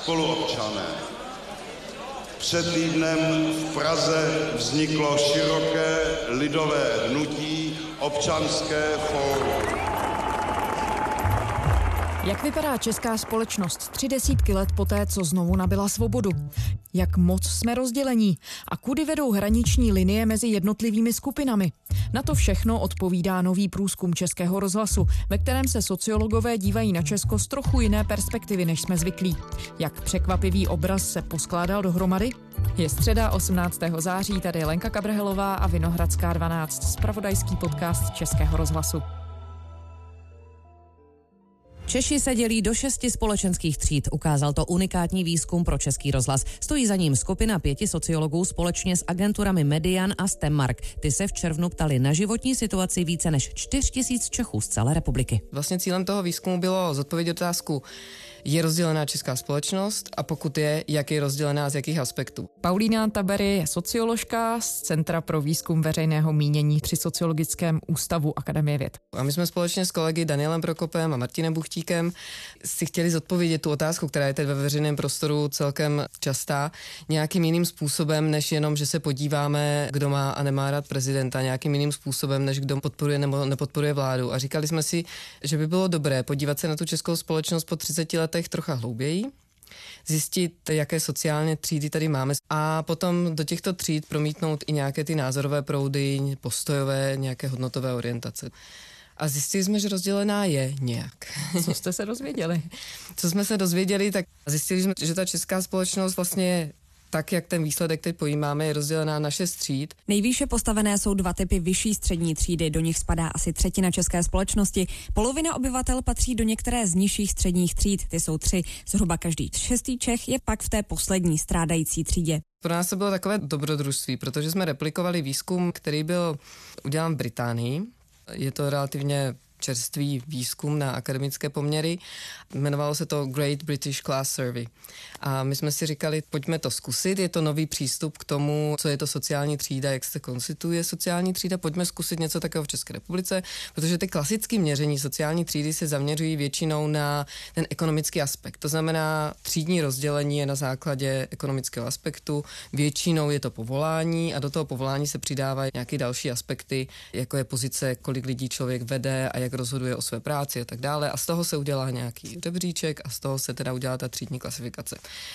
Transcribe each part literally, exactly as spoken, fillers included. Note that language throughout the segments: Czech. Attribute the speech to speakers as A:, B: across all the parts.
A: Spoluobčané. Před týdnem v Praze vzniklo široké lidové hnutí Občanské fórum.
B: Jak vypadá česká společnost tři desítky let poté, co znovu nabyla svobodu? Jak moc jsme rozdělení? A kudy vedou hraniční linie mezi jednotlivými skupinami? Na to všechno odpovídá nový průzkum Českého rozhlasu, ve kterém se sociologové dívají na Česko z trochu jiné perspektivy, než jsme zvyklí. Jak překvapivý obraz se poskládal dohromady? Je středa osmnáctého září, tady Lenka Kabrhelová a Vinohradská dvanáct, zpravodajský podcast Českého rozhlasu.
C: Češi se dělí do šesti společenských tříd, ukázal to unikátní výzkum pro Český rozhlas. Stojí za ním skupina pěti sociologů společně s agenturami Median a Stemmark. Ty se v červnu ptali na životní situaci více než čtyři tisíce Čechů z celé republiky.
D: Vlastně cílem toho výzkumu bylo zodpovědět otázku, je rozdělená česká společnost a pokud je, jak je rozdělená, z jakých aspektů.
B: Paulína Tabery je socioložka z Centra pro výzkum veřejného mínění při Sociologickém ústavu Akademie věd.
D: A my jsme společně s kolegy Danielem Prokopem a Martinem Buchtíkem si chtěli zodpovědět tu otázku, která je teď ve veřejném prostoru celkem častá, nějakým jiným způsobem, než jenom, že se podíváme, kdo má a nemá rád prezidenta, nějakým jiným způsobem, než kdo podporuje nebo nepodporuje vládu. A říkali jsme si, že by bylo dobré podívat se na tu českou společnost po třiceti letech trocha hlouběji, zjistit, jaké sociální třídy tady máme a potom do těchto tříd promítnout i nějaké ty názorové proudy, postojové, nějaké hodnotové orientace. A zjistili jsme, že rozdělená je nějak.
B: Co jste se dozvěděli?
D: Co jsme se dozvěděli, tak zjistili jsme, že ta česká společnost vlastně je tak, jak ten výsledek teď pojímáme, je rozdělená na šest tříd.
E: Nejvýše postavené jsou dva typy vyšší střední třídy, do nich spadá asi třetina české společnosti. Polovina obyvatel patří do některé z nižších středních tříd, ty jsou tři. Zhruba každý šestý Čech je pak v té poslední strádající třídě.
D: Pro nás to bylo takové dobrodružství, protože jsme replikovali výzkum, který byl udělán v Británii. Je to relativně čerstvý výzkum na akademické poměry. Jmenovalo se to Great British Class Survey. A my jsme si říkali, pojďme to zkusit, je to nový přístup k tomu, co je to sociální třída, jak se konstituje sociální třída, pojďme zkusit něco takového v České republice, protože ty klasické měření sociální třídy se zaměřují většinou na ten ekonomický aspekt. To znamená, třídní rozdělení je na základě ekonomického aspektu, většinou je to povolání a do toho povolání se přidávají nějaké další aspekty, jako je pozice, kolik lidí člověk vede a jak rozhoduje o své práci a tak dále. A z toho se udělá nějaký žebříček a z toho se teda udělá ta třídní klasifikace.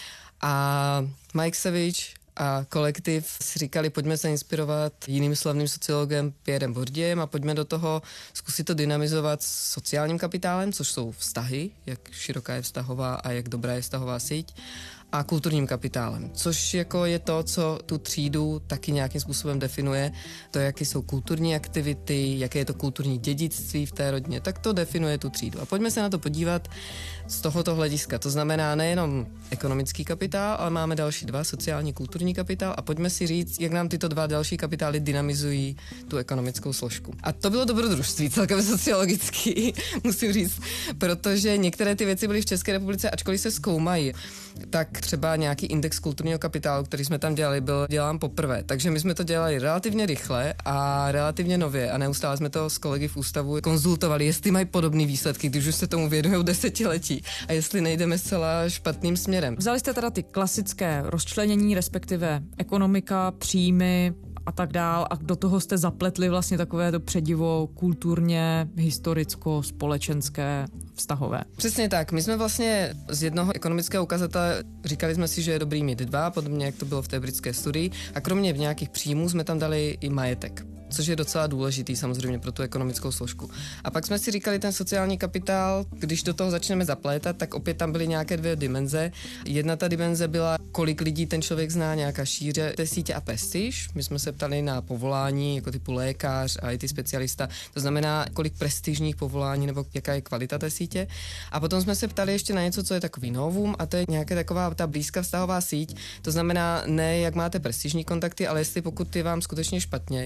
D: A Mike Savage a kolektiv si říkali, pojďme se inspirovat jiným slavným sociologem Pierrem Bourdieiem a pojďme do toho zkusit to dynamizovat s sociálním kapitálem, což jsou vztahy, jak široká je vztahová a jak dobrá je vztahová síť, a kulturním kapitálem, což jako je to, co tu třídu taky nějakým způsobem definuje, to, jaké jsou kulturní aktivity, jaké je to kulturní dědictví v té rodině, tak to definuje tu třídu. A pojďme se na to podívat z tohoto hlediska. To znamená nejenom ekonomický kapitál, ale máme další dva, sociální kulturní kapitál a pojďme si říct, jak nám tyto dva další kapitály dynamizují tu ekonomickou složku. A to bylo dobrodružství, celkem sociologický, musím říct, protože některé ty věci byly v České republice, ačkoliv se zkoumají, tak třeba nějaký index kulturního kapitálu, který jsme tam dělali, byl dělán poprvé. Takže my jsme to dělali relativně rychle a relativně nově a neustále jsme to s kolegy v ústavu konzultovali, jestli mají podobné výsledky, když už se tomu věnují desetiletí a jestli nejdeme zcela špatným směrem.
B: Vzali jste teda ty klasické rozčlenění, respektive ekonomika, příjmy a tak dál a do toho jste zapletli vlastně takové to předivo kulturně, historicko, společenské, vztahové.
D: Přesně tak. My jsme vlastně z jednoho ekonomického ukazatele říkali jsme si, že je dobrý mít dva, podobně jak to bylo v té britské studii a kromě v nějakých příjmů jsme tam dali i majetek, což je docela důležitý samozřejmě pro tu ekonomickou složku. A pak jsme si říkali, ten sociální kapitál, když do toho začneme zaplétat, tak opět tam byly nějaké dvě dimenze. Jedna ta dimenze byla, kolik lidí ten člověk zná, nějaká šíře té sítě a prestiž. My jsme se ptali na povolání, jako typu lékař a I T specialista. To znamená, kolik prestižních povolání nebo jaká je kvalita té sítě. A potom jsme se ptali ještě na něco, co je takový novum, a to je nějaká taková ta blízká vztahová síť. To znamená, ne jak máte prestižní kontakty, ale jestli pokud je vám skutečně špatně, jestli se vám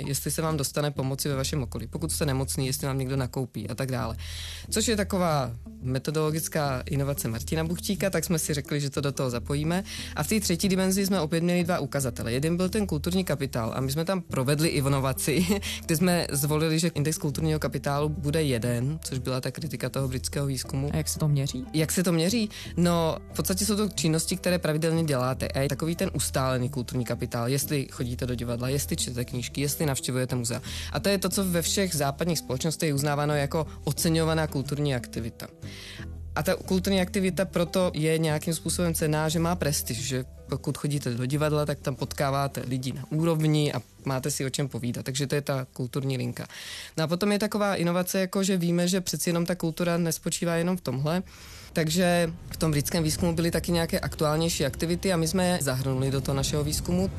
D: vám dostane pomoci ve vašem okolí. Pokud jste nemocný, jestli vám někdo nakoupí a tak dále. Což je taková metodologická inovace Martina Buchtíka, tak jsme si řekli, že to do toho zapojíme. A v té třetí dimenzi jsme opět měli dva ukazatele. Jeden byl ten kulturní kapitál a my jsme tam provedli inovaci, kde jsme zvolili, že index kulturního kapitálu bude jeden, což byla ta kritika toho britského výzkumu.
B: A jak se to měří?
D: Jak se to měří? No, v podstatě jsou to činnosti, které pravidelně děláte. A je takový ten ustálený kulturní kapitál, jestli chodíte do divadla, jestli čtete knížky, jestli navštěvujete muzea. A to je to, co ve všech západních společnostech je uznáváno jako oceňovaná kulturní aktivita. A ta kulturní aktivita proto je nějakým způsobem cenná, že má prestiž, že pokud chodíte do divadla, tak tam potkáváte lidi na úrovni a máte si o čem povídat. Takže to je ta kulturní linka. No a potom je taková inovace, jako že víme, že přeci jenom ta kultura nespočívá jenom v tomhle. Takže v tom britském výzkumu byly taky nějaké aktuálnější aktivity a my jsme je zahrnuli do toho našeho výzkumu.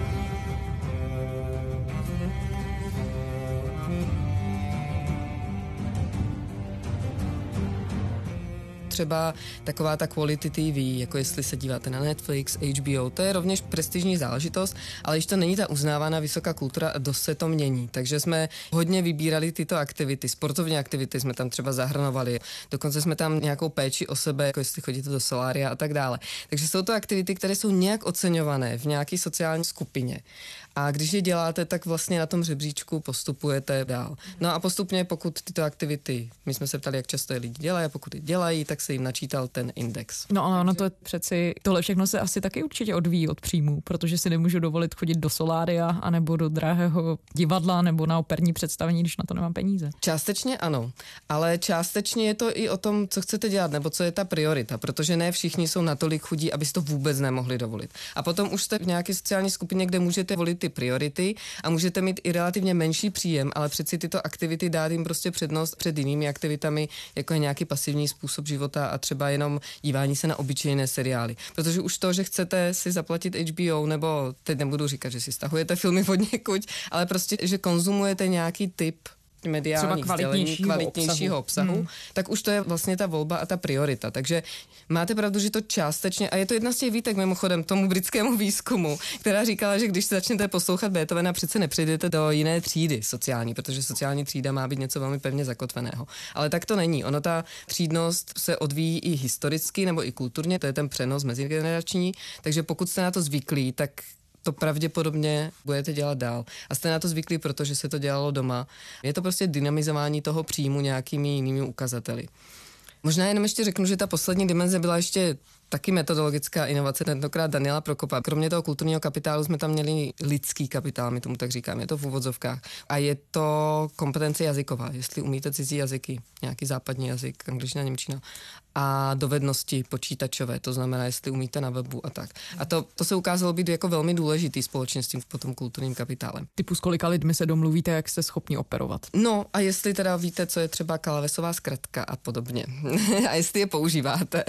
D: Třeba taková ta quality T V, jako jestli se díváte na Netflix, H B O, to je rovněž prestižní záležitost, ale když to není ta uznávaná vysoká kultura, dost se to mění. Takže jsme hodně vybírali tyto aktivity, sportovní aktivity jsme tam třeba zahrnovali, dokonce jsme tam nějakou péči o sebe, jako jestli chodíte do solária a tak dále. Takže jsou to aktivity, které jsou nějak oceňované v nějaké sociální skupině. A když je děláte, tak vlastně na tom žebříčku postupujete dál. No a postupně, pokud tyto aktivity, my jsme se ptali, jak často je lidi dělají, a pokud je dělají, tak se jim načítal ten index.
B: No ale ono to je přeci, tohle všechno se asi taky určitě odvíjí od příjmů, protože si nemůžu dovolit chodit do solária anebo do drahého divadla nebo na operní představení, když na to nemám peníze.
D: Částečně ano, ale částečně je to i o tom, co chcete dělat, nebo co je ta priorita, protože ne všichni jsou natolik chudí, abyste to vůbec nemohli dovolit. A potom už jste v nějaké sociální skupině, kde můžete volit ty priority a můžete mít i relativně menší příjem, ale přeci tyto aktivity dát jim prostě přednost před jinými aktivitami, jako je nějaký pasivní způsob života a třeba jenom dívání se na obyčejné seriály. Protože už to, že chcete si zaplatit H B O, nebo teď nebudu říkat, že si stahujete filmy od někud, ale prostě, že konzumujete nějaký typ mediálních sdělení, kvalitnějšího obsahu, obsahu hmm. tak už to je vlastně ta volba a ta priorita. Takže máte pravdu, že to částečně, a je to jedna z těch výtek mimochodem tomu britskému výzkumu, která říkala, že když začnete poslouchat Beethovena, přece nepřejdete do jiné třídy sociální, protože sociální třída má být něco velmi pevně zakotveného. Ale tak to není. Ono ta třídnost se odvíjí i historicky nebo i kulturně, to je ten přenos mezigenerační, takže pokud jste na to zvyklí, tak to pravděpodobně budete dělat dál. A jste na to zvyklí, protože se to dělalo doma. Je to prostě dynamizování toho příjmu nějakými jinými ukazateli. Možná jenom ještě řeknu, že ta poslední dimenze byla ještě taky metodologická inovace, tentokrát Daniela Prokopa. Kromě toho kulturního kapitálu jsme tam měli lidský kapitál, my tomu tak říkáme, je to v uvozovkách. A je to kompetence jazyková, jestli umíte cizí jazyky, nějaký západní jazyk, angličtina, němčina. A dovednosti počítačové, to znamená, jestli umíte na webu a tak. A to, to se ukázalo být jako velmi důležitý společně s tím potom kulturním kapitálem.
B: Typu s kolika lidmi se domluvíte, jak jste schopni operovat?
D: No a jestli teda víte, co je třeba klavesová zkratka a podobně. A jestli je používáte.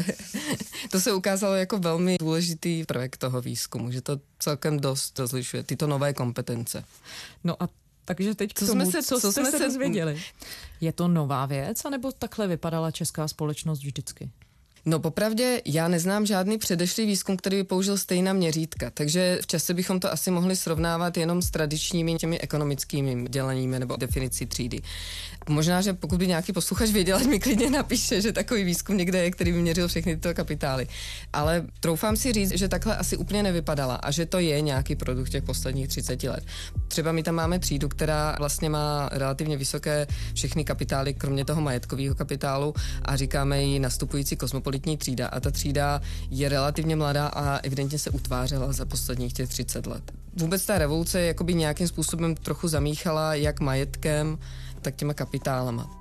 D: To se ukázalo jako velmi důležitý projekt toho výzkumu, že to celkem dost rozlišuje tyto nové kompetence.
B: No a takže teď
D: co
B: k tomu,
D: jsme se,
B: co,
D: co
B: jste
D: jsme
B: se
D: se
B: dozvěděli? Je to nová věc, anebo takhle vypadala česká společnost vždycky?
D: No popravdě já neznám žádný předešlý výzkum, který by použil stejná měřítka, takže v čase bychom to asi mohli srovnávat jenom s tradičními těmi ekonomickými děleními nebo definicí třídy. Možná, že pokud by nějaký posluchač věděl, ať mi klidně napíše, že takový výzkum někde je, který by měřil všechny tyto kapitály. Ale troufám si říct, že takhle asi úplně nevypadala a že to je nějaký produkt těch posledních třiceti let. Třeba my tam máme třídu, která vlastně má relativně vysoké všechny kapitály, kromě toho majetkového kapitálu a říkáme jí nastupující kosmopolitní třída a ta třída je relativně mladá a evidentně se utvářela za posledních těch třicet let. Vůbec ta revoluce jakoby nějakým způsobem trochu zamíchala jak majetkem, tak těma kapitálama.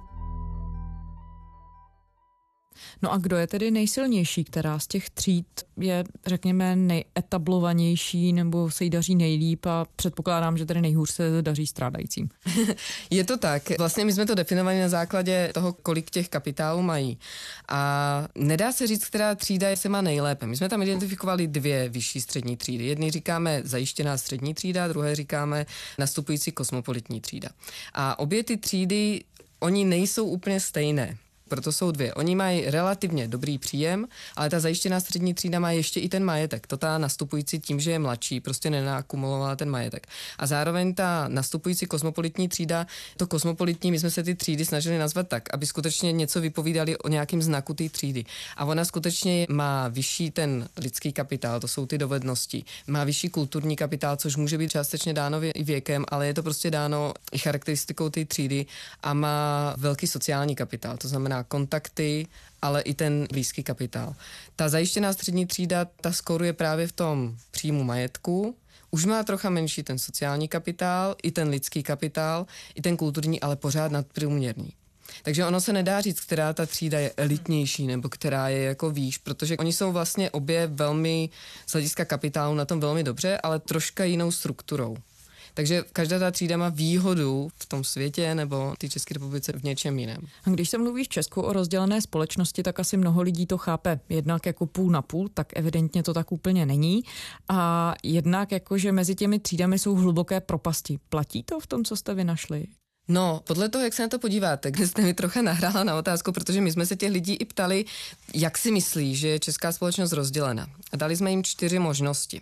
B: No a kdo je tedy nejsilnější, která z těch tříd je, řekněme, nejetablovanější nebo se jí daří nejlíp a předpokládám, že tedy nejhůř se daří strádajícím.
D: Je to tak. Vlastně my jsme to definovali na základě toho, kolik těch kapitálů mají. A nedá se říct, která třída se má nejlépe. My jsme tam identifikovali dvě vyšší střední třídy. Jedny říkáme zajištěná střední třída, druhé říkáme nastupující kosmopolitní třída. A obě ty třídy, oni nejsou úplně stejné. proto jsou dvě. Oni mají relativně dobrý příjem, ale ta zajištěná střední třída má ještě i ten majetek. To ta nastupující tím, že je mladší, prostě nenakumulovala ten majetek. A zároveň ta nastupující kosmopolitní třída, to kosmopolitní, my jsme se ty třídy snažili nazvat tak, aby skutečně něco vypovídali o nějakém znaku té třídy. A ona skutečně má vyšší ten lidský kapitál, to jsou ty dovednosti. Má vyšší kulturní kapitál, což může být částečně dáno i věkem, ale je to prostě dáno i charakteristikou té třídy a má velký sociální kapitál, to znamená kontakty, ale i ten blízký kapitál. Ta zajištěná střední třída, ta skoruje právě v tom příjmu majetku, už má trocha menší ten sociální kapitál, i ten lidský kapitál, i ten kulturní, ale pořád nadprůměrný. Takže ono se nedá říct, která ta třída je elitnější nebo která je jako výš, protože oni jsou vlastně obě velmi z hlediska kapitálu na tom velmi dobře, ale troška jinou strukturou. Takže každá ta třída má výhodu v tom světě nebo v té České republice v něčem jiném.
B: A když se mluví v Česku o rozdělené společnosti, tak asi mnoho lidí to chápe jednak jako půl na půl, tak evidentně to tak úplně není. A jednak jako, že mezi těmi třídami jsou hluboké propasti. Platí to v tom, co jste vy našli?
D: No, podle toho, jak se na to podíváte, kde jste mi trocha nahrála na otázku, protože my jsme se těch lidí i ptali, jak si myslí, že je česká společnost rozdělena. A dali jsme jim čtyři možnosti.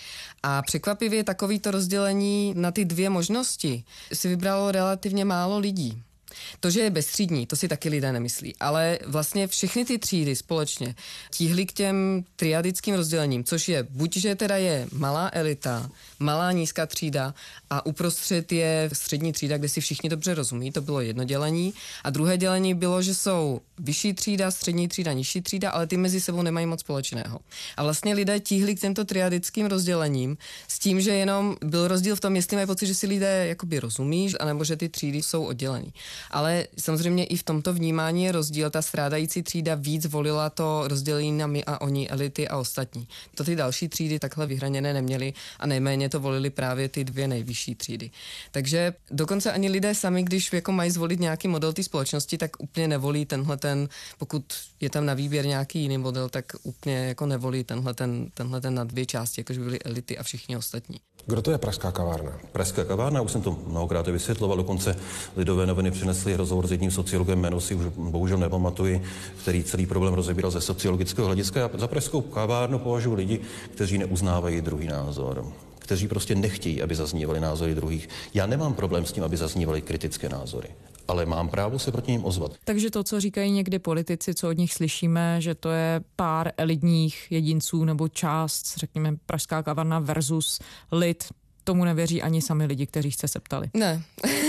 D: A překvapivě takovýto rozdělení na ty dvě možnosti si vybralo relativně málo lidí. To, že je bezstřídní, to si taky lidé nemyslí, ale vlastně všechny ty třídy společně tíhly k těm triadickým rozdělením, což je buď, že teda je malá elita, malá nízká třída a uprostřed je střední třída, kde si všichni dobře rozumí, to bylo jedno dělení. A druhé dělení bylo, že jsou vyšší třída, střední třída, nižší třída, ale ty mezi sebou nemají moc společného. A vlastně lidé tíhli k těmto triadickým rozdělením s tím, že jenom byl rozdíl v tom, jestli mají pocit, že si lidé jakoby rozumí, anebo že ty třídy jsou oddělený. Ale samozřejmě i v tomto vnímání je rozdíl. Ta strádající třída víc volila to rozdělení na my a oni, elity a ostatní. To ty další třídy takhle vyhraněné neměly a nejméně to volili právě ty dvě nejvyšší třídy. Takže dokonce ani lidé sami, když jako mají zvolit nějaký model té společnosti, tak úplně nevolí tenhle ten, pokud je tam na výběr nějaký jiný model, tak úplně jako nevolí tenhle ten, tenhle ten na dvě části, jakože byly elity a všichni ostatní.
F: Kdo to je Pražská kavárna?
G: Pražská kavárna, už jsem to mnohokrát vysvětloval, dokonce Lidové noviny přinesly rozhovor s jedním sociologem, jméno si už bohužel nepamatuji, který celý problém rozebíral ze sociologického hlediska. Já za pražskou kavárnu považuji lidi, kteří neuznávají druhý názor, kteří prostě nechtějí, aby zaznívaly názory druhých. Já nemám problém s tím, aby zaznívaly kritické názory, ale mám právo se proti nim ozvat.
B: Takže to, co říkají někdy politici, co od nich slyšíme, že to je pár elitních jedinců nebo část, řekněme, Pražská kavárna versus lid, tomu nevěří ani sami lidi, kteří jste se ptali.
D: Ne.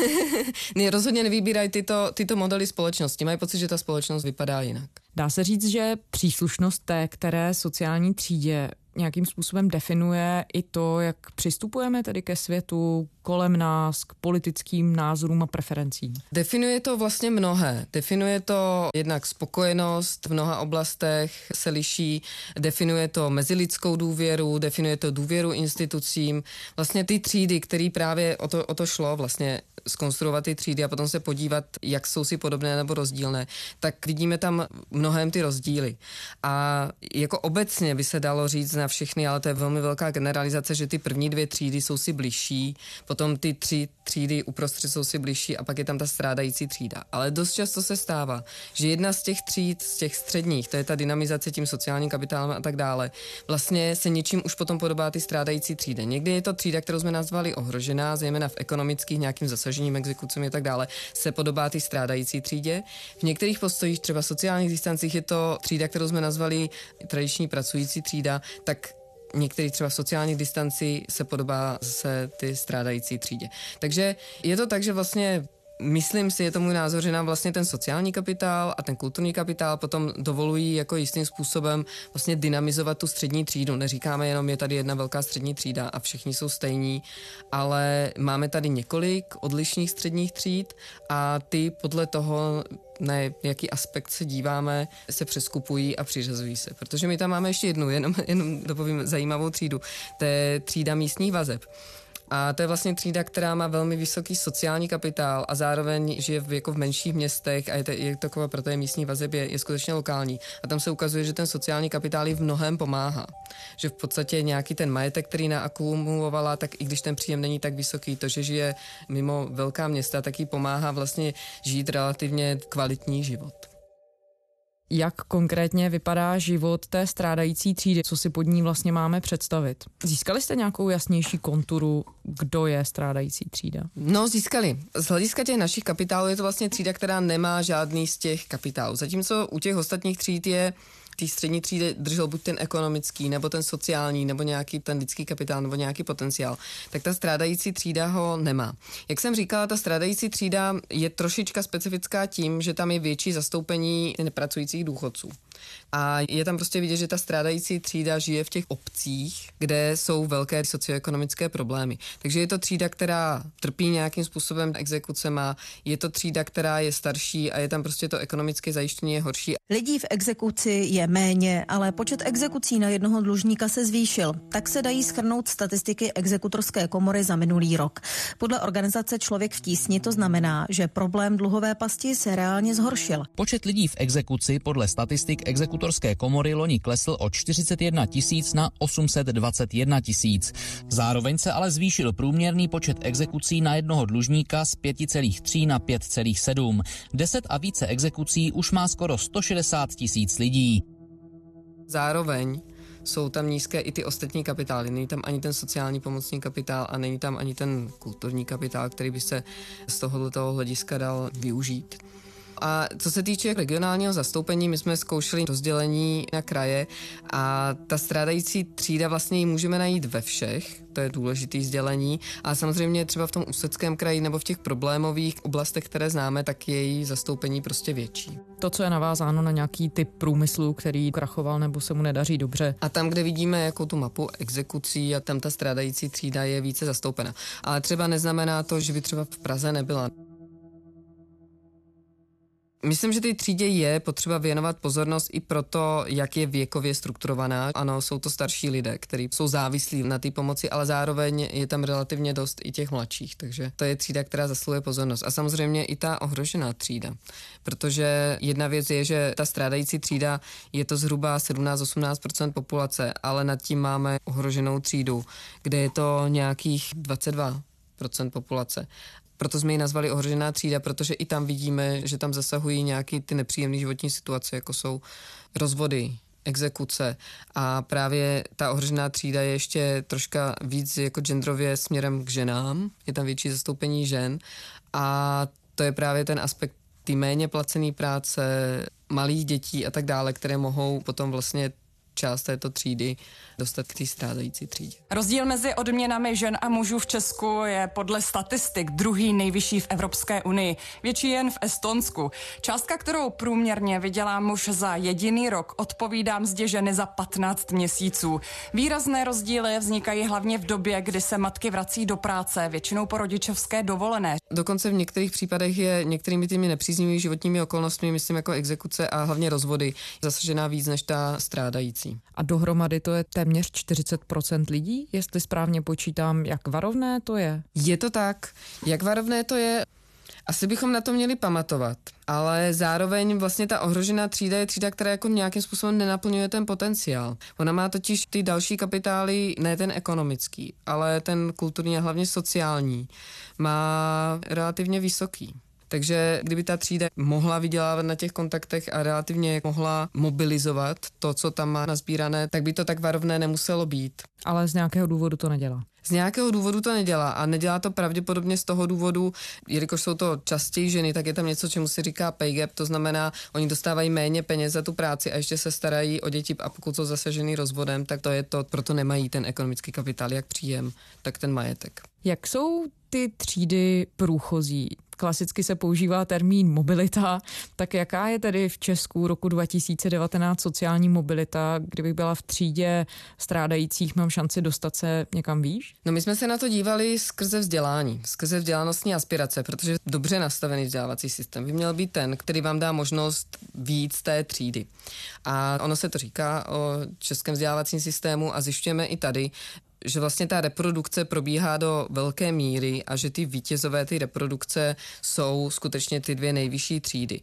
D: ne rozhodně nevybírají tyto, tyto modely společnosti. Mají pocit, že ta společnost vypadá jinak.
B: Dá se říct, že příslušnost té, které sociální třídě nějakým způsobem definuje i to, jak přistupujeme tedy ke světu kolem nás, k politickým názorům a preferencím.
D: Definuje to vlastně mnohé. Definuje to jednak spokojenost, v mnoha oblastech se liší, definuje to mezilidskou důvěru, definuje to důvěru institucím. Vlastně ty třídy, které právě o to, o to šlo, vlastně zkonstruovat ty třídy a potom se podívat, jak jsou si podobné nebo rozdílné, tak vidíme tam mnohem ty rozdíly. A jako obecně by se dalo říct na všechny, ale to je velmi velká generalizace, že ty první dvě třídy jsou si bližší, potom ty tři třídy uprostřed jsou si bližší a pak je tam ta strádající třída. Ale dost často se stává, že jedna z těch tříd, z těch středních, to je ta dynamizace tím sociálním kapitálem a tak dále, vlastně se něčím už potom podobá ty strádající třídy. Někdy je to třída, kterou jsme nazvali ohrožená, zejména v ekonomických nějakým zasažením, exekucemi a tak dále, se podobá ty strádající třídě. V některých postojích, třeba sociálních distancích, je to třída, kterou jsme nazvali tradiční pracující třída, tak některých třeba v sociálních distanci se podobá se ty strádající třídě. Takže je to tak, že vlastně myslím si, je to můj názor, že nám vlastně ten sociální kapitál a ten kulturní kapitál potom dovolují jako jistým způsobem vlastně dynamizovat tu střední třídu. Neříkáme jenom, je tady jedna velká střední třída a všichni jsou stejní, ale máme tady několik odlišných středních tříd a ty podle toho, na jaký aspekt se díváme, se přeskupují a přiřazují se. Protože my tam máme ještě jednu, jenom, jenom dopovím zajímavou třídu. To je třída místních vazeb. A to je vlastně třída, která má velmi vysoký sociální kapitál a zároveň žije v, jako v menších městech a je, to, je taková, proto je místní vazeb je, je skutečně lokální. A tam se ukazuje, že ten sociální kapitál jí v mnohém pomáhá. Že v podstatě nějaký ten majetek, který naakumulovala, tak i když ten příjem není tak vysoký, to, že žije mimo velká města, tak jí pomáhá vlastně žít relativně kvalitní život.
B: Jak konkrétně vypadá život té strádající třídy? Co si pod ní vlastně máme představit? Získali jste nějakou jasnější konturu, kdo je strádající třída?
D: No, získali. Z hlediska těch našich kapitálů je to vlastně třída, která nemá žádný z těch kapitálů. Zatímco u těch ostatních tříd je té střední třídy držel buď ten ekonomický, nebo ten sociální, nebo nějaký ten lidský kapitál, nebo nějaký potenciál, tak ta strádající třída ho nemá. Jak jsem říkala, ta strádající třída je trošička specifická tím, že tam je větší zastoupení nepracujících důchodců. A je tam prostě vidět, že ta strádající třída žije v těch obcích, kde jsou velké socioekonomické problémy. Takže je to třída, která trpí nějakým způsobem exekucema, je to třída, která je starší a je tam prostě to ekonomické zajištění je horší.
F: Lidí v exekuci je méně, ale počet exekucí na jednoho dlužníka se zvýšil. Tak se dají shrnout statistiky exekutorské komory za minulý rok. Podle organizace Člověk v tísni to znamená, že problém dluhové pasti se reálně zhoršil.
H: Počet lidí v exekuci podle statistik exekutorské komory loni klesl o čtyřicet jedna tisíc na osm set dvacet jedna tisíc. Zároveň se ale zvýšil průměrný počet exekucí na jednoho dlužníka z pět celá tři na pět celá sedm. Deset a více exekucí už má skoro sto šedesát tisíc lidí.
D: Zároveň jsou tam nízké i ty ostatní kapitály. Není tam ani ten sociální pomocný kapitál a není tam ani ten kulturní kapitál, který by se z tohoto hlediska dal využít. A co se týče regionálního zastoupení, my jsme zkoušeli rozdělení na kraje a ta strádající třída vlastně ji můžeme najít ve všech, to je důležitý sdělení, a samozřejmě třeba v tom Ústeckém kraji nebo v těch problémových oblastech, které známe, tak je její zastoupení prostě větší.
B: To, co je navázáno na nějaký typ průmyslu, který krachoval nebo se mu nedaří dobře.
D: A tam, kde vidíme jako tu mapu exekucí a tam ta strádající třída je více zastoupena. Ale třeba neznamená to, že by třeba v Praze nebyla. Myslím, že té třídě je potřeba věnovat pozornost i proto, jak je věkově strukturovaná. Ano, jsou to starší lidé, kteří jsou závislí na té pomoci, ale zároveň je tam relativně dost i těch mladších, takže to je třída, která zasluhuje pozornost. A samozřejmě i ta ohrožená třída, protože jedna věc je, že ta strádající třída je to zhruba sedmnáct až osmnáct procent populace, ale nad tím máme ohroženou třídu, kde je to nějakých dvacet dva procent populace. Proto jsme ji nazvali ohrožená třída, protože i tam vidíme, že tam zasahují nějaké ty nepříjemné životní situace, jako jsou rozvody, exekuce a právě ta ohrožená třída je ještě troška víc jako genderově směrem k ženám, je tam větší zastoupení žen a to je právě ten aspekt ty méně placené práce, malých dětí a tak dále, které mohou potom vlastně část této třídy dostat k té strádající třídě.
I: Rozdíl mezi odměnami žen a mužů v Česku je podle statistik druhý nejvyšší v Evropské unii, větší jen v Estonsku. Částka, kterou průměrně vydělá muž za jediný rok, odpovídá mzdě ženy za patnáct měsíců. Výrazné rozdíly vznikají hlavně v době, kdy se matky vrací do práce, většinou po rodičovské dovolené.
D: Dokonce v některých případech je některými těmi nepříznivými životními okolnostmi, myslím jako exekuce a hlavně rozvody, zasažená víc než ta strádající.
B: A dohromady to je téměř čtyřicet procent lidí, jestli správně počítám, jak varovné to je?
D: Je to tak. Jak varovné to je? Asi bychom na to měli pamatovat, ale zároveň vlastně ta ohrožená třída je třída, která jako nějakým způsobem nenaplňuje ten potenciál. Ona má totiž ty další kapitály, ne ten ekonomický, ale ten kulturní a hlavně sociální, má relativně vysoký. Takže kdyby ta třída mohla vydělávat na těch kontaktech a relativně mohla mobilizovat to, co tam má nazbírané, tak by to tak varovné nemuselo být.
B: Ale z nějakého důvodu to nedělá.
D: Z nějakého důvodu to nedělá a nedělá to pravděpodobně z toho důvodu, jelikož jsou to častěji ženy, tak je tam něco, čemu se říká pay gap, to znamená, oni dostávají méně peněz za tu práci a ještě se starají o děti a pokud jsou zasažený rozvodem, tak to je to, proto nemají ten ekonomický kapitál, jak příjem, tak ten majetek.
B: Jak jsou ty třídy průchozí? Klasicky se používá termín mobilita, tak jaká je tedy v Česku roku dva tisíce devatenáct sociální mobilita? Kdybych byla v třídě strádajících, mám šanci dostat se někam výš?
D: No my jsme se na to dívali skrze vzdělání, skrze vzdělanostní aspirace, protože dobře nastavený vzdělávací systém by měl být ten, který vám dá možnost víc z té třídy. A ono se to říká o českém vzdělávacím systému a zjišťujeme i tady, že vlastně ta reprodukce probíhá do velké míry a že ty vítězové ty reprodukce jsou skutečně ty dvě nejvyšší třídy.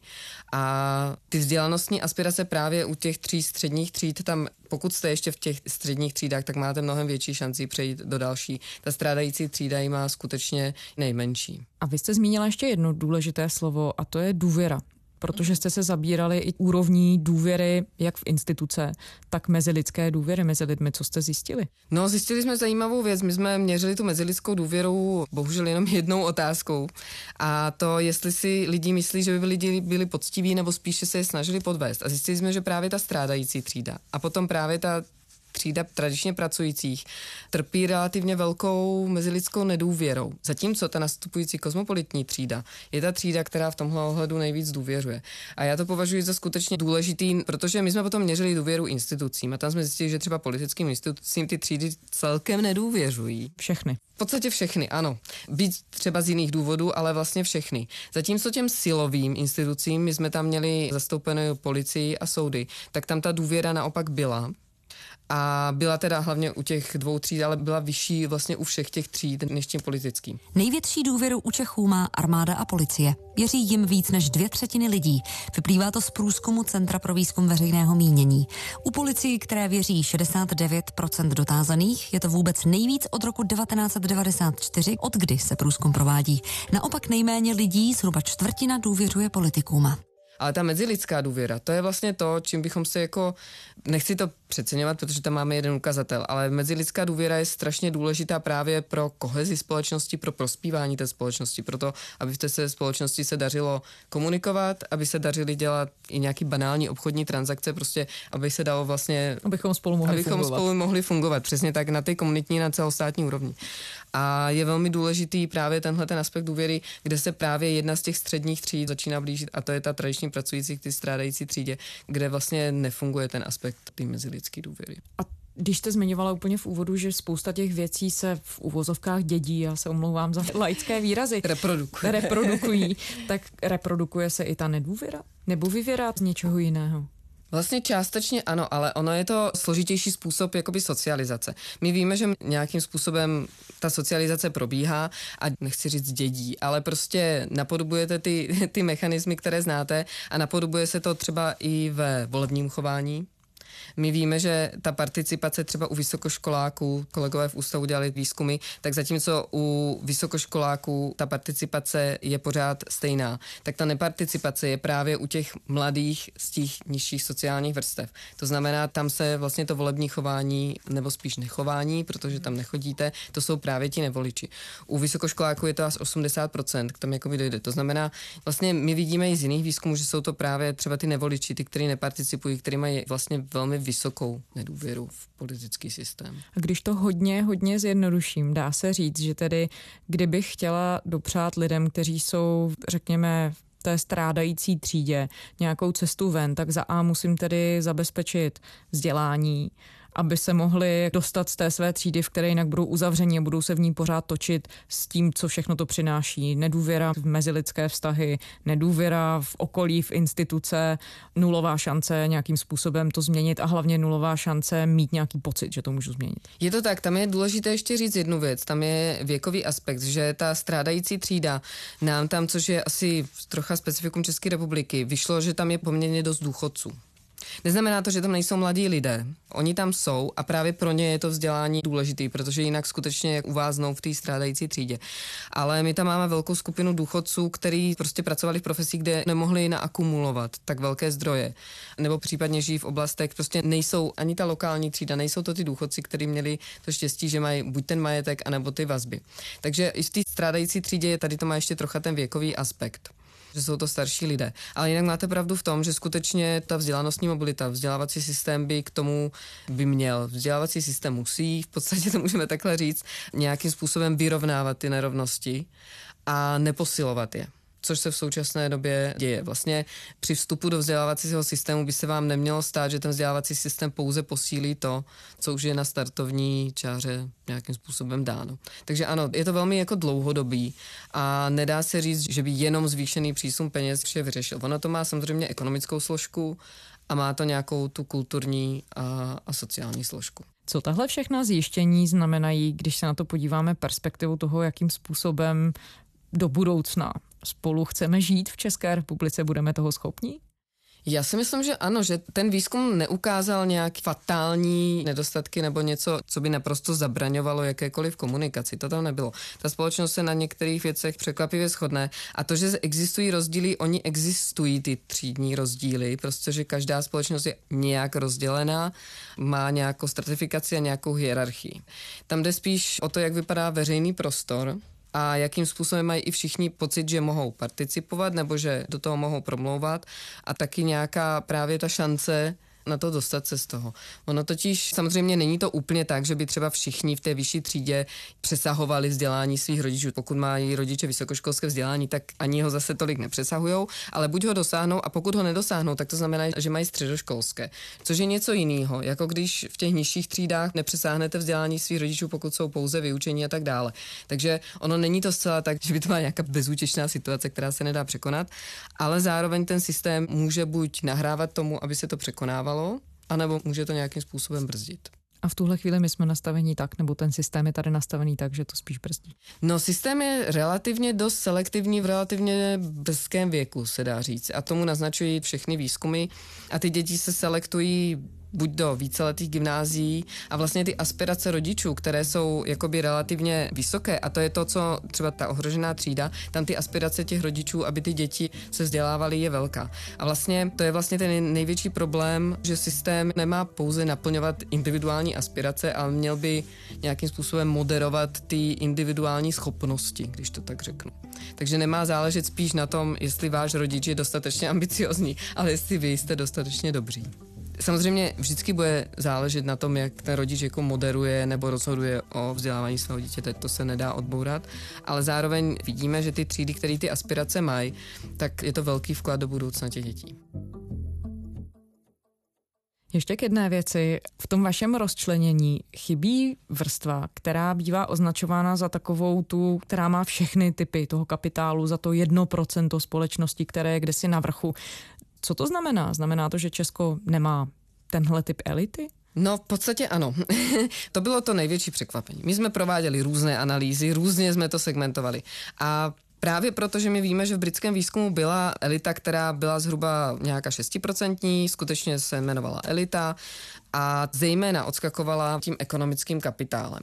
D: A ty vzdělanostní aspirace právě u těch tří středních tříd, tam pokud jste ještě v těch středních třídách, tak máte mnohem větší šanci přejít do další. Ta strádající třída ji má skutečně nejmenší.
B: A vy jste zmínila ještě jedno důležité slovo a to je důvěra. protože jste se zabírali i úrovní důvěry jak v instituce, tak mezilidské důvěry mezi lidmi. Co jste zjistili?
D: No, zjistili jsme zajímavou věc. My jsme měřili tu mezilidskou důvěru bohužel jenom jednou otázkou. A to, jestli si lidi myslí, že by lidi byli poctiví, nebo spíše se je snažili podvést. A zjistili jsme, že právě ta strádající třída a potom právě ta třída tradičně pracujících trpí relativně velkou mezilidskou nedůvěrou. Zatímco ta nastupující kosmopolitní třída je ta třída, která v tomhle ohledu nejvíc důvěřuje. A já to považuji za skutečně důležitý, protože my jsme potom měřili důvěru institucím a tam jsme zjistili, že třeba politickým institucím ty třídy celkem nedůvěřují.
B: Všechny.
D: V podstatě všechny, ano. Být třeba z jiných důvodů, ale vlastně všechny. Zatímco těm silovým institucím, my jsme tam měli zastoupenou policii a soudy, tak tam ta důvěra naopak byla. A byla teda hlavně u těch dvou tříd, ale byla vyšší vlastně u všech těch tříd než tím politickým.
J: Největší důvěru u Čechů má armáda a policie. Věří jim víc než dvě třetiny lidí. Vyplývá to z průzkumu Centra pro výzkum veřejného mínění. U policii, které věří šedesát devět procent dotázaných, je to vůbec nejvíc od roku devatenáct set devadesát čtyři, od kdy se průzkum provádí. Naopak nejméně lidí, zhruba čtvrtina, důvěřuje politikům.
D: Ale ta mezilidská důvěra, to je vlastně to, čím bychom se jako, nechci to přeceňovat, protože tam máme jeden ukazatel, ale mezilidská důvěra je strašně důležitá právě pro kohezi společnosti, pro prospívání té společnosti, proto, aby v té společnosti se dařilo komunikovat, aby se dařily dělat i nějaký banální obchodní transakce, prostě, aby se dalo vlastně,
B: abychom spolu mohli
D: abychom
B: fungovat.
D: spolu mohli fungovat, přesně tak na té komunitní, na celostátní úrovni. A je velmi důležitý právě tenhle ten aspekt důvěry, kde se právě jedna z těch středních tříd začíná blížit, a to je ta tradiční pracující k ty strádající třídě, kde vlastně nefunguje ten aspekt té mezilidské důvěry.
B: A když jste zmiňovala úplně v úvodu, že spousta těch věcí se v uvozovkách dědí, já se omlouvám za laické výrazy,
D: Reprodukuje.
B: reprodukují, tak reprodukuje se i ta nedůvěra? Nebo vyvěrá z něčeho jiného?
D: Vlastně částečně ano, ale ono je to složitější způsob jakoby socializace. My víme, že nějakým způsobem ta socializace probíhá a nechci říct dědí, ale prostě napodobujete ty, ty mechanismy, které znáte a napodobuje se to třeba i ve volebním chování. My víme, že ta participace třeba u vysokoškoláků, kolegové v ústavu dělali výzkumy, tak zatímco u vysokoškoláků ta participace je pořád stejná, tak ta neparticipace je právě u těch mladých z těch nižších sociálních vrstev. To znamená, tam se vlastně to volební chování, nebo spíš nechování, protože tam nechodíte, to jsou právě ti nevoliči. U vysokoškoláků je to až osmdesát procent, k tomu jakoby dojde. To znamená, vlastně my vidíme i z jiných výzkumů, že jsou to právě třeba ty nevoliči, ty, kteří neparticipují, kteří mají vlastně velmi vysokou nedůvěru v politický systém.
B: A když to hodně, hodně zjednoduším, dá se říct, že tedy kdybych chtěla dopřát lidem, kteří jsou, řekněme, v té strádající třídě nějakou cestu ven, tak za A musím tedy zabezpečit vzdělání, aby se mohli dostat z té své třídy, v které jinak budou uzavření a budou se v ní pořád točit s tím, co všechno to přináší. Nedůvěra v mezilidské vztahy, nedůvěra v okolí, v instituce, nulová šance nějakým způsobem to změnit a hlavně nulová šance mít nějaký pocit, že to můžu změnit.
D: Je to tak, tam je důležité ještě říct jednu věc, tam je věkový aspekt, že ta strádající třída nám tam, což je asi trocha specifikum České republiky, vyšlo, že tam je poměrně dost důchodců. Neznamená to, že tam nejsou mladí lidé. Oni tam jsou a právě pro ně je to vzdělání důležitý, protože jinak skutečně uváznou v té strádající třídě. Ale my tam máme velkou skupinu důchodců, kteří prostě pracovali v profesích, kde nemohli naakumulovat tak velké zdroje. Nebo případně žijí v oblastech, prostě nejsou ani ta lokální třída, nejsou to ty důchodci, kteří měli to štěstí, že mají buď ten majetek, anebo ty vazby. Takže i v té strádající třídě je tady to má ještě trocha ten věkový aspekt, že jsou to starší lidé. Ale jinak máte pravdu v tom, že skutečně ta vzdělanostní mobilita, vzdělávací systém by k tomu by měl. Vzdělávací systém musí, v podstatě to můžeme takhle říct, nějakým způsobem vyrovnávat ty nerovnosti a neposilovat je. Což se v současné době děje. Vlastně při vstupu do vzdělávacího systému by se vám nemělo stát, že ten vzdělávací systém pouze posílí to, co už je na startovní čáře nějakým způsobem dáno. Takže ano, je to velmi jako dlouhodobý a nedá se říct, že by jenom zvýšený přísun peněz vše vyřešil. Ono to má samozřejmě ekonomickou složku a má to nějakou tu kulturní a, a sociální složku.
B: Co tahle všechna zjištění znamenají, když se na to podíváme perspektivu toho, jakým způsobem do budoucna spolu chceme žít v České republice, budeme toho schopni?
D: Já si myslím, že ano, že ten výzkum neukázal nějaké fatální nedostatky nebo něco, co by naprosto zabraňovalo jakékoliv komunikaci. To tam nebylo. Ta společnost se na některých věcech překvapivě shodne a to, že existují rozdíly, oni existují ty třídní rozdíly, protože každá společnost je nějak rozdělená, má nějakou stratifikaci a nějakou hierarchii. Tam jde spíš o to, jak vypadá veřejný prostor a jakým způsobem mají i všichni pocit, že mohou participovat nebo že do toho mohou promlouvat a taky nějaká právě ta šance na to dostat se z toho. Ono totiž samozřejmě není to úplně tak, že by třeba všichni v té vyšší třídě přesahovali vzdělání svých rodičů. Pokud mají rodiče vysokoškolské vzdělání, tak ani ho zase tolik nepřesahujou, ale buď ho dosáhnou a pokud ho nedosáhnou, tak to znamená, že mají středoškolské. Což je něco jiného, jako když v těch nižších třídách nepřesáhnete vzdělání svých rodičů, pokud jsou pouze vyučení a tak dále. Takže ono není to zcela tak, že by to byla nějaká bezútěšná situace, která se nedá překonat, ale zároveň ten systém může buď nahrávat tomu, aby se to překonávalo, anebo může to nějakým způsobem brzdit.
B: A v tuhle chvíli my jsme nastavení tak, nebo ten systém je tady nastavený tak, že to spíš brzdí?
D: No, systém je relativně dost selektivní v relativně brzkém věku, se dá říct. A tomu naznačují všechny výzkumy. A ty děti se selektují buď do víceletých gymnázií a vlastně ty aspirace rodičů, které jsou jakoby relativně vysoké a to je to, co třeba ta ohrožená třída, tam ty aspirace těch rodičů, aby ty děti se vzdělávaly, je velká. A vlastně to je vlastně ten největší problém, že systém nemá pouze naplňovat individuální aspirace, ale měl by nějakým způsobem moderovat ty individuální schopnosti, když to tak řeknu. Takže nemá záležet spíš na tom, jestli váš rodič je dostatečně ambiciozní, ale jestli vy jste dostatečně dobří. Samozřejmě vždycky bude záležet na tom, jak ten rodič jako moderuje nebo rozhoduje o vzdělávání svého dítěte, to se nedá odbourat, ale zároveň vidíme, že ty třídy, které ty aspirace mají, tak je to velký vklad do budoucna těch dětí.
B: Ještě k jedné věci. V tom vašem rozčlenění chybí vrstva, která bývá označována za takovou tu, která má všechny typy toho kapitálu, za to jedno procento společnosti, které je kdesi na vrchu. Co to znamená? Znamená to, že Česko nemá tenhle typ elity?
D: No, v podstatě ano. To bylo to největší překvapení. My jsme prováděli různé analýzy, různě jsme to segmentovali. A právě proto, že my víme, že v britském výzkumu byla elita, která byla zhruba nějaká šestiprocentní, skutečně se jmenovala elita a zejména odskakovala tím ekonomickým kapitálem.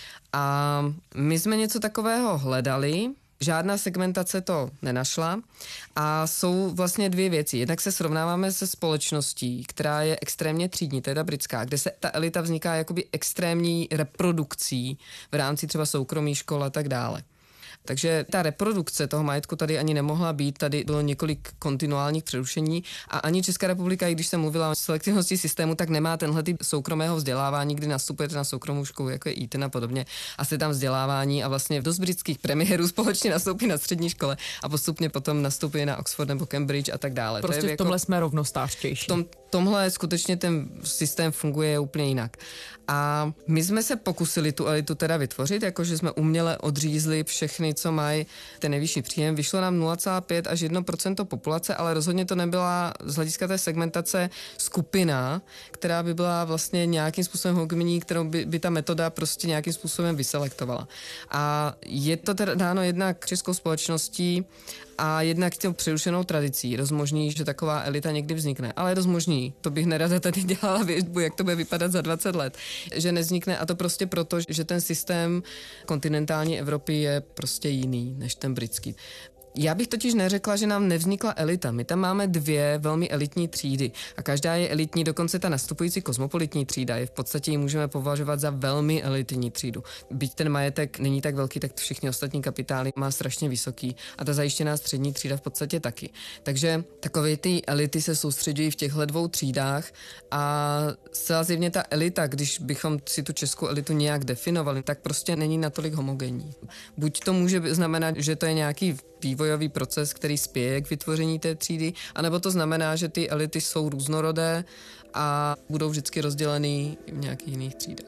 D: A my jsme něco takového hledali, žádná segmentace to nenašla a jsou vlastně dvě věci. Jednak se srovnáváme se společností, která je extrémně třídní, to je ta britská, kde se ta elita vzniká jakoby extrémní reprodukcí v rámci třeba soukromých škol a tak dále. Takže ta reprodukce toho majetku tady ani nemohla být, tady bylo několik kontinuálních přerušení a ani Česká republika, i když jsem mluvila o selektivnosti systému, tak nemá tenhle typ soukromého vzdělávání, kdy nastupujete na soukromou školu, jako je Eton a podobně, a jste tam vzdělávání a vlastně dost britských premiérů společně nastoupí na střední škole a postupně potom nastoupí na Oxford nebo Cambridge a tak dále.
B: Prostě
D: to je
B: v tomhle jako, jsme rovnostářtější.
D: V tom, tomhle skutečně ten systém funguje úplně jinak. A my jsme se pokusili tu elitu teda vytvořit, jakože jsme uměle odřízli všechny, co mají ten nejvyšší příjem. Vyšlo nám nula celá pět až jedno procento populace, ale rozhodně to nebyla z hlediska té segmentace skupina, která by byla vlastně nějakým způsobem homogenní, kterou by, by ta metoda prostě nějakým způsobem vyselektovala. A je to teda dáno jednak českou společností a jednak těm přerušenou tradicí. Je dost možný, že taková elita někdy vznikne, ale je dost možný. To bych nerada tady dělala věštbu, jak to bude vypadat za dvacet let, že nevznikne, a to prostě proto, že ten systém kontinentální Evropy je prostě jiný než ten britský. Já bych totiž neřekla, že nám nevznikla elita. My tam máme dvě velmi elitní třídy a každá je elitní, dokonce ta nastupující kosmopolitní třída je v podstatě ji můžeme považovat za velmi elitní třídu. Byť ten majetek není tak velký, tak všichni ostatní kapitály má strašně vysoký a ta zajištěná střední třída v podstatě taky. Takže takové ty elity se soustředují v těchto dvou třídách a zcela zjevně ta elita, když bychom si tu českou elitu nějak definovali, tak prostě není natolik homogenní. Buď to může znamenat, že to je nějaký vývojový proces, který spěje k vytvoření té třídy, anebo to znamená, že ty elity jsou různorodé a budou vždycky rozdělený v nějakých jiných třídách.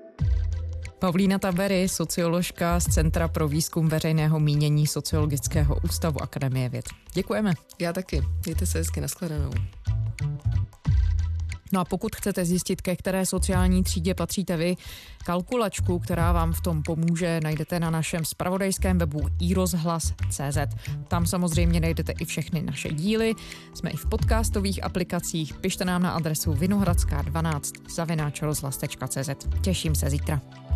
B: Pavlína Tabery, socioložka z Centra pro výzkum veřejného mínění Sociologického ústavu Akademie věd. Děkujeme.
D: Já taky. Mějte se hezky, nashledanou.
B: No a pokud chcete zjistit, ke které sociální třídě patříte vy, kalkulačku, která vám v tom pomůže, najdete na našem zpravodajském webu i rozhlas tečka cé zet. Tam samozřejmě najdete i všechny naše díly. Jsme i v podcastových aplikacích. Pište nám na adresu vinohradská dvanáct zavináč rozhlas tečka cé zet. Těším se zítra.